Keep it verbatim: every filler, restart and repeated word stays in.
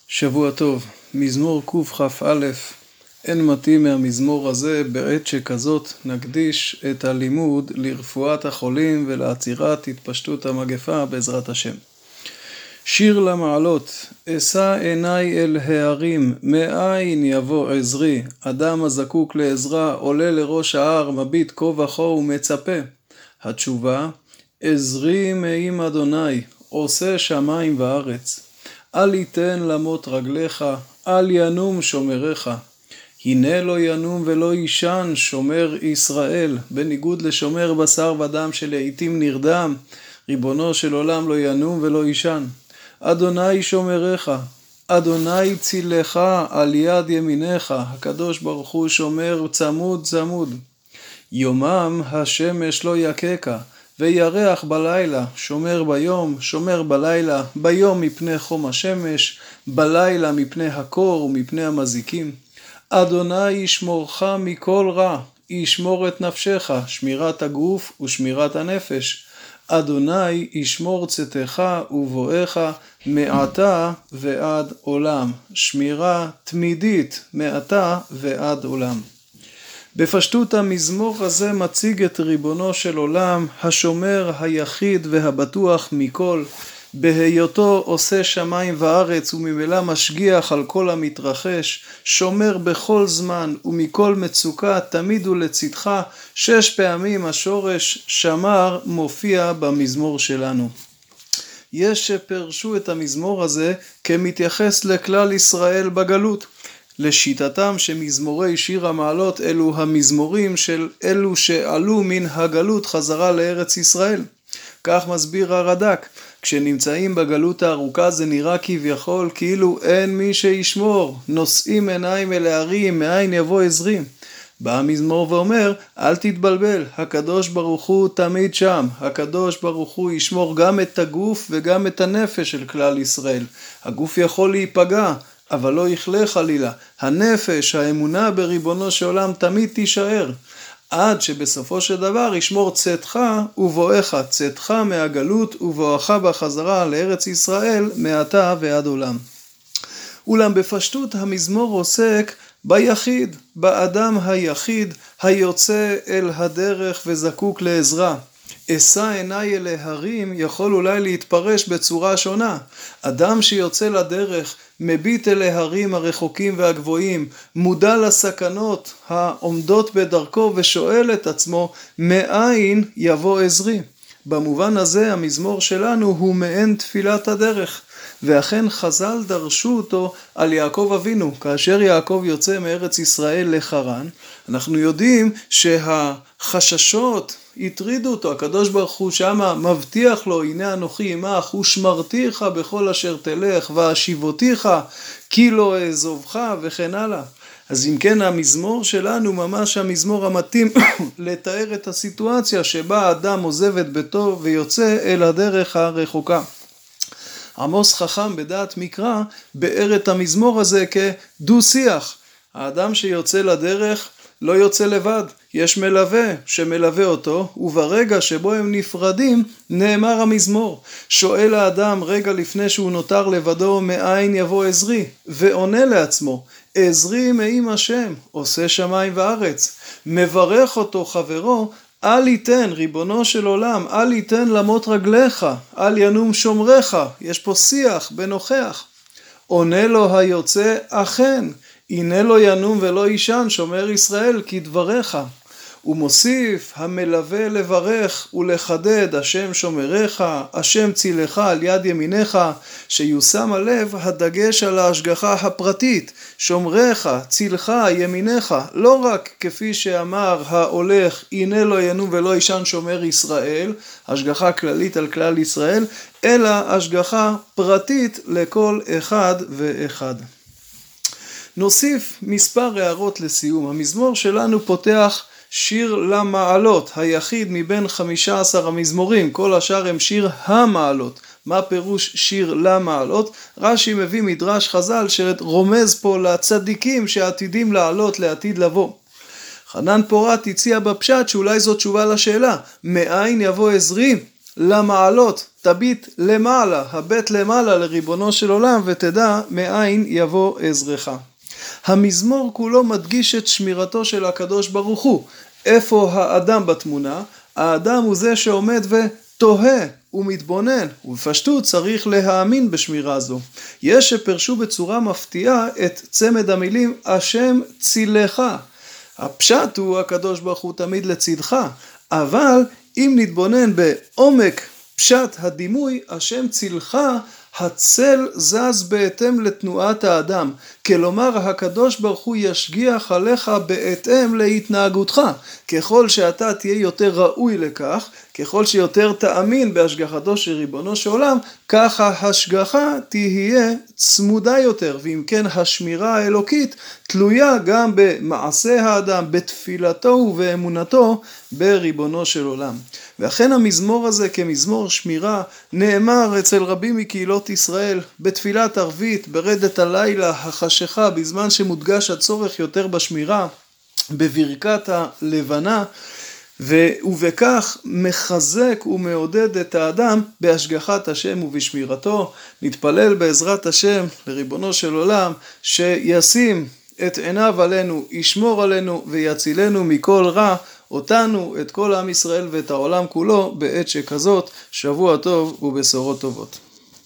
שבוע טוב, מזמור קכ"א, אין מתאים מהמזמור הזה בעת שכזאת נקדיש את הלימוד לרפואת החולים ולעצירת התפשטות המגפה בעזרת השם. שיר למעלות, אשא עיניי אל ההרים, מאין יבוא עזרי, אדם הזקוק לעזרה עולה לראש ההר, מביט כה וכה ומצפה. התשובה, עזרי מעם אדוני, עושה שמיים וארץ. אל יתן למות רגליך, אל ינום שומריך. הנה לא ינום ולא יישן שומר ישראל, בניגוד לשומר בשר ודם שלעיתים נרדם, ריבונו של עולם לא ינום ולא יישן. אדוני שומריך, אדוני צילך על יד ימינך, הקדוש ברוך הוא שומר צמוד צמוד. יומם השמש לא יקקה, וירח בלילה, שומר ביום, שומר בלילה, ביום מפני חום השמש, בלילה מפני הקור ומפני המזיקים. אדוני ישמורך מכל רע, ישמור את נפשך, שמירת הגוף ושמירת הנפש. אדוני ישמור צאתך ובואך מעתה ועד עולם, שמירה תמידית מעתה ועד עולם. בפשטות המזמור הזה מציג את ריבונו של עולם, השומר היחיד והבטוח מכל, בהיותו עושה שמיים וארץ וממילא משגיח על כל המתרחש, שומר בכל זמן ומכל מצוקה תמיד ולצדך. שש פעמים השורש שמר מופיע במזמור שלנו. יש שפרשו את המזמור הזה כמתייחס לכלל ישראל בגלות. לשיטתם שמזמורי שיר המעלות אלו המזמורים של אלו שעלו מן הגלות חזרה לארץ ישראל. כך מסביר הרד"ק, כשנמצאים בגלות הארוכה זה נראה כביכול כאילו אין מי שישמור, נושאים עיניים אל ההרים, מאין יבוא עזרי. בא המזמור ואומר, אל תתבלבל, הקדוש ברוך הוא תמיד שם, הקדוש ברוך הוא ישמור גם את הגוף וגם את הנפש של כלל ישראל. הגוף יכול להיפגע, אבל לא יכלה חלילה. הנפש, האמונה בריבונו של עולם תמיד תישאר. עד שבסופו של דבר ישמור צאתך ובואך, צאתך מהגלות ובואך בחזרה לארץ ישראל מעתה ועד עולם. אולם בפשטות המזמור עוסק ביחיד, באדם היחיד היוצא אל הדרך וזקוק לעזרה. אשא עיניי אל ההרים יכול אולי להתפרש בצורה שונה. אדם שיוצא לדרך, מביט אל ההרים הרחוקים והגבוהים, מודע לסכנות העומדות בדרכו ושואל את עצמו, מאין יבוא עזרי? במובן הזה המזמור שלנו הוא מעין תפילת הדרך. ואכן חז"ל דרשו אותו על יעקב אבינו. כאשר יעקב יוצא מארץ ישראל לחרן, אנחנו יודעים שהחששות הטרידו אותו. הקדוש ברוך הוא שמה מבטיח לו, הנה אנוכי עמך ושמרתיך בכל אשר תלך והשיבותיך כי לא אעזובך וכן הלאה. אז אם כן המזמור שלנו ממש המזמור המתאים לתאר את הסיטואציה שבה האדם עוזב את ביתו ויוצא אל הדרך הרחוקה. עמוס חכם בדעת מקרא באר את המזמור הזה כדו שיח. האדם שיוצא לדרך לא יוצא לבד, יש מלווה שמלווה אותו, וברגע שבו הם נפרדים נאמר המזמור. שואל האדם רגע לפני שהוא נותר לבדו, מאין יבוא עזרי? ועונה לעצמו, עזרי מעם השם, עושה שמיים וארץ. מברך אותו חברו, אל יתן, ריבונו של עולם, אל יתן למות רגליך, אל ינום שומריך. יש פה שיח בנוכח. עונה לו היוצא, אכן, הנה לא ינום ולא יישן שומר ישראל כדבריך. הוא מוסיף, המלווה לברך ולחדד, השם שומריך, השם צילך על יד ימינך, שיושם הלב הדגש על ההשגחה הפרטית, שומריך, צילך, ימינך, לא רק כפי שאמר ההולך, הנה לא ינום ולא יישן שומר ישראל, השגחה כללית על כלל ישראל, אלא השגחה פרטית לכל אחד ואחד. נוסיף מספר הערות לסיום. המזמור שלנו פותח שיר למעלות, היחיד מבין חמישה עשר המזמורים, כל השאר הם שיר המעלות. מה פירוש שיר למעלות? רש"י מביא מדרש חז"ל שרומז פה לצדיקים שעתידים לעלות לעתיד לבוא. חנן פורת הציע בפשט שאולי זאת תשובה לשאלה, מאין יבוא עזרי? למעלות, תביט למעלה, הבט למעלה לריבונו של עולם, ותדע מאין יבוא עזרך. המזמור כולו מדגיש את שמירתו של הקדוש ברוך הוא. איפה האדם בתמונה? האדם הוא זה שעומד ותוהה ומתבונן, ובפשטות צריך להאמין בשמירה זו. יש שפרשו בצורה מפתיעה את צמד המילים השם צילך. הפשט הוא הקדוש ברוך הוא תמיד לצדך, אבל אם נתבונן בעומק פשט הדימוי, השם צילך, הצל זז בהתאם לתנועת האדם. כלומר, הקדוש ברוך הוא ישגיח עליך בהתאם להתנהגותך. ככל שאתה תהיה יותר ראוי לכך, ככל שיותר תאמין בהשגחתו של ריבונו של עולם, ככה השגחה תהיה צמודה יותר. ואם כן, השמירה האלוקית תלויה גם במעשה האדם, בתפילתו ובאמונתו בריבונו של עולם. ואכן המזמור הזה כמזמור שמירה נאמר אצל רבים מקהילות ישראל בתפילת ערבית, ברדת הלילה, החשיכה, בזמן שמודגש הצורך יותר בשמירה, בברכת הלבנה, ובכך מחזק ומעודד את האדם בהשגחת השם ובשמירתו. נתפלל בעזרת השם לריבונו של עולם שישים את עיניו עלינו, ישמור עלינו ויצילנו מכל רע, אותנו, את כל עם ישראל ואת העולם כולו בעת שכזאת. שבוע טוב ובשורות טובות.